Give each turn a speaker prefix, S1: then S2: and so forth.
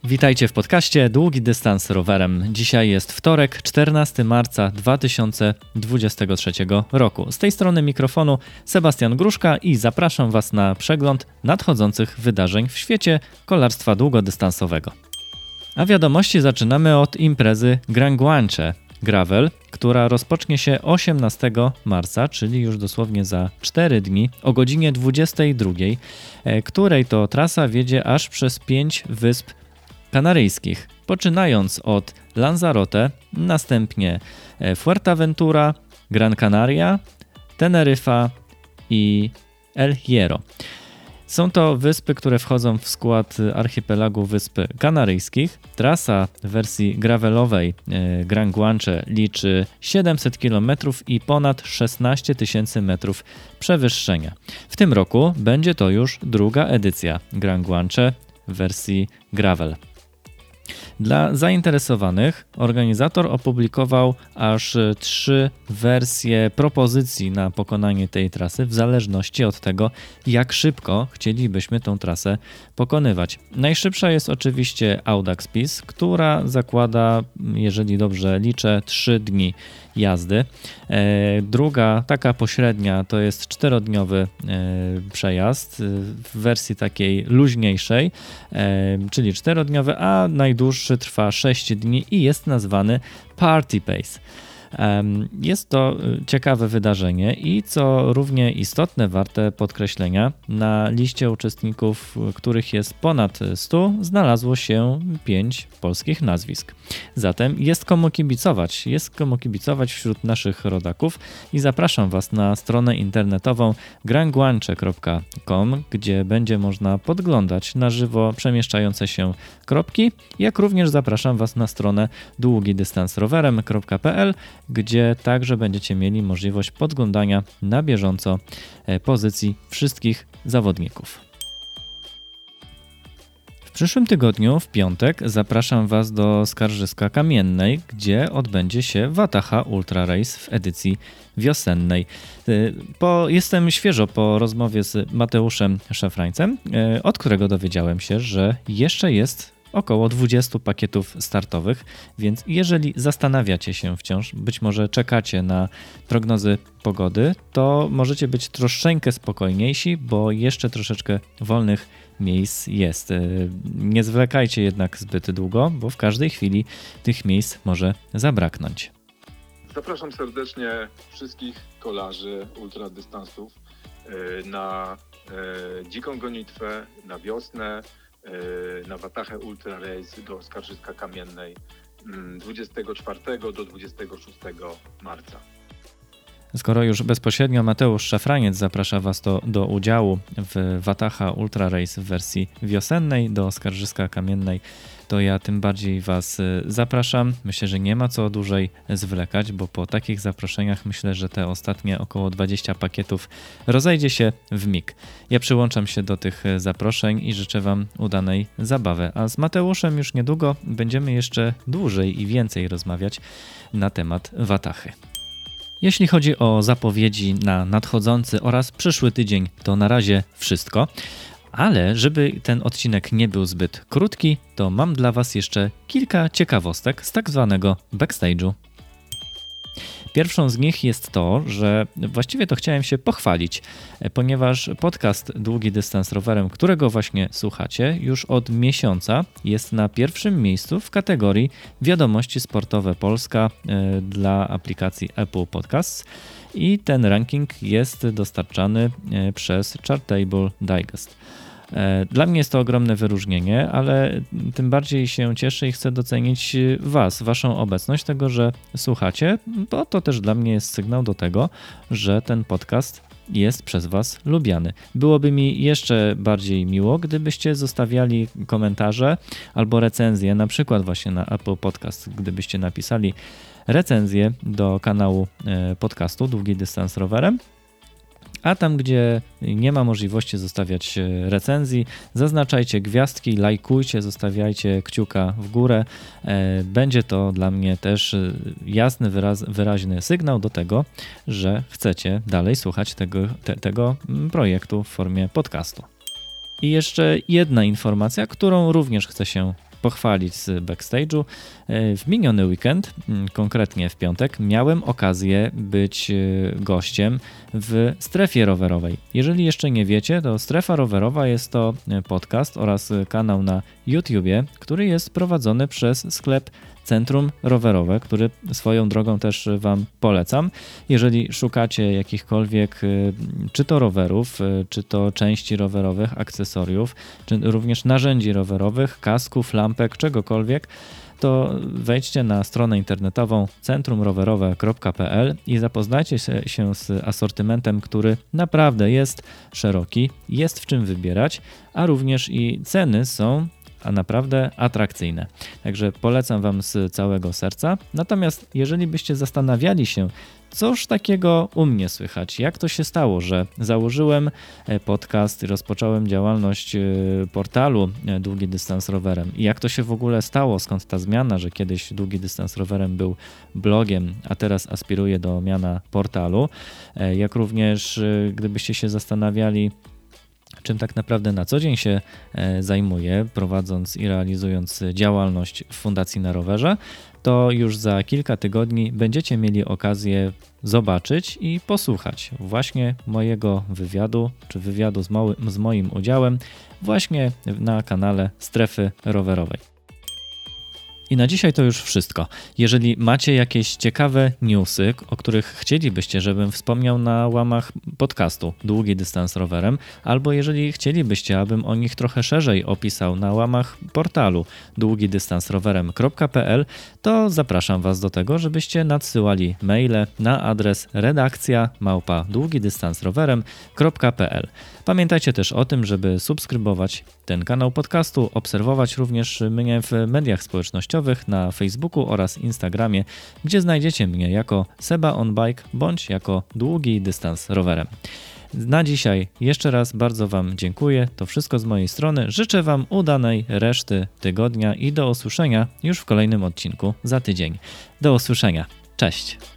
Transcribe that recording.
S1: Witajcie w podcaście Długi Dystans rowerem. Dzisiaj jest wtorek, 14 marca 2023 roku. Z tej strony mikrofonu Sebastian Gruszka i zapraszam Was na przegląd nadchodzących wydarzeń w świecie kolarstwa długodystansowego. A wiadomości zaczynamy od imprezy Gran Guanche Gravel, która rozpocznie się 18 marca, czyli już dosłownie za 4 dni o godzinie 22, której to trasa wiedzie aż przez 5 wysp kanaryjskich, poczynając od Lanzarote, następnie Fuerteventura, Gran Canaria, Teneryfa i El Hierro. Są to wyspy, które wchodzą w skład archipelagu Wysp Kanaryjskich. Trasa w wersji gravelowej Gran Guanche liczy 700 km i ponad 16 000 metrów przewyższenia. W tym roku będzie to już druga edycja Gran Guanche w wersji gravel. Dla zainteresowanych organizator opublikował aż 3 wersje propozycji na pokonanie tej trasy w zależności od tego, jak szybko chcielibyśmy tą trasę pokonywać. Najszybsza jest oczywiście Audax Peace, która zakłada, jeżeli dobrze liczę, 3 dni jazdy. Druga, taka pośrednia, to jest 4-dniowy przejazd w wersji takiej luźniejszej, czyli 4-dniowy, a najdłuższy trwa 6 dni i jest nazwany Party Pace. Jest to ciekawe wydarzenie i co równie istotne, warte podkreślenia, na liście uczestników, których jest ponad 100, znalazło się 5 polskich nazwisk. Zatem jest komu kibicować wśród naszych rodaków i zapraszam Was na stronę internetową granguanche.com, gdzie będzie można podglądać na żywo przemieszczające się kropki, jak również zapraszam Was na stronę długidystansrowerem.pl, gdzie także będziecie mieli możliwość podglądania na bieżąco pozycji wszystkich zawodników. W przyszłym tygodniu, w piątek, zapraszam Was do Skarżyska Kamiennej, gdzie odbędzie się Wataha Ultra Race w edycji wiosennej. Jestem świeżo po rozmowie z Mateuszem Szafrańcem, od którego dowiedziałem się, że jeszcze jest około 20 pakietów startowych, więc jeżeli zastanawiacie się wciąż, być może czekacie na prognozy pogody, to możecie być troszeczkę spokojniejsi, bo jeszcze troszeczkę wolnych miejsc jest. Nie zwlekajcie jednak zbyt długo, bo w każdej chwili tych miejsc może zabraknąć.
S2: Zapraszam serdecznie wszystkich kolarzy ultradystansów na dziką gonitwę, na wiosnę, na Watahę Ultra Race do Skarżyska Kamiennej 24 do 26 marca.
S1: Skoro już bezpośrednio Mateusz Szafraniec zaprasza Was do udziału w Wataha Ultra Race w wersji wiosennej do Skarżyska Kamiennej, to ja tym bardziej Was zapraszam. Myślę, że nie ma co dłużej zwlekać, bo po takich zaproszeniach myślę, że te ostatnie około 20 pakietów rozejdzie się w mig. Ja przyłączam się do tych zaproszeń i życzę Wam udanej zabawy. A z Mateuszem już niedługo będziemy jeszcze dłużej i więcej rozmawiać na temat Watachy. Jeśli chodzi o zapowiedzi na nadchodzący oraz przyszły tydzień, to na razie wszystko. Ale żeby ten odcinek nie był zbyt krótki, to mam dla Was jeszcze kilka ciekawostek z tak zwanego backstage'u. Pierwszą z nich jest to, że właściwie to chciałem się pochwalić, ponieważ podcast Długi Dystans Rowerem, którego właśnie słuchacie, już od miesiąca jest na pierwszym miejscu w kategorii Wiadomości Sportowe Polska dla aplikacji Apple Podcasts i ten ranking jest dostarczany przez Chartable Digest. Dla mnie jest to ogromne wyróżnienie, ale tym bardziej się cieszę i chcę docenić Was, Waszą obecność, tego, że słuchacie, bo to też dla mnie jest sygnał do tego, że ten podcast jest przez Was lubiany. Byłoby mi jeszcze bardziej miło, gdybyście zostawiali komentarze albo recenzje, na przykład właśnie na Apple Podcast, gdybyście napisali recenzję do kanału podcastu Długi Dystans Rowerem. A tam, gdzie nie ma możliwości zostawiać recenzji, zaznaczajcie gwiazdki, lajkujcie, zostawiajcie kciuka w górę. Będzie to dla mnie też jasny, wyraźny sygnał do tego, że chcecie dalej słuchać tego projektu w formie podcastu. I jeszcze jedna informacja, którą również chcę się pochwalić z backstage'u. W miniony weekend, konkretnie w piątek, miałem okazję być gościem w Strefie Rowerowej. Jeżeli jeszcze nie wiecie, to Strefa Rowerowa jest to podcast oraz kanał na YouTubie, który jest prowadzony przez sklep Centrum Rowerowe, który swoją drogą też Wam polecam. Jeżeli szukacie jakichkolwiek czy to rowerów, czy to części rowerowych, akcesoriów, czy również narzędzi rowerowych, kasków, lampek, czegokolwiek, to wejdźcie na stronę internetową centrumrowerowe.pl i zapoznajcie się z asortymentem, który naprawdę jest szeroki, jest w czym wybierać, a również i ceny są naprawdę atrakcyjne. Także polecam Wam z całego serca. Natomiast jeżeli byście zastanawiali się, cóż takiego u mnie słychać, jak to się stało, że założyłem podcast i rozpocząłem działalność portalu Długi Dystans Rowerem i jak to się w ogóle stało, skąd ta zmiana, że kiedyś Długi Dystans Rowerem był blogiem, a teraz aspiruje do miana portalu, jak również gdybyście się zastanawiali, czym tak naprawdę na co dzień się zajmuję, prowadząc i realizując działalność w Fundacji na Rowerze, to już za kilka tygodni będziecie mieli okazję zobaczyć i posłuchać właśnie mojego wywiadu, czy wywiadu z moim udziałem właśnie na kanale Strefy Rowerowej. I na dzisiaj to już wszystko. Jeżeli macie jakieś ciekawe newsy, o których chcielibyście, żebym wspomniał na łamach podcastu Długi Dystans Rowerem, albo jeżeli chcielibyście, abym o nich trochę szerzej opisał na łamach portalu długidystansrowerem.pl, to zapraszam Was do tego, żebyście nadsyłali maile na adres redakcja@długidystansrowerem.pl. Pamiętajcie też o tym, żeby subskrybować ten kanał podcastu, obserwować również mnie w mediach społecznościowych na Facebooku oraz Instagramie, gdzie znajdziecie mnie jako Seba on Bike bądź jako Długi Dystans Rowerem. Na dzisiaj jeszcze raz bardzo Wam dziękuję. To wszystko z mojej strony. Życzę Wam udanej reszty tygodnia i do usłyszenia już w kolejnym odcinku za tydzień. Do usłyszenia. Cześć!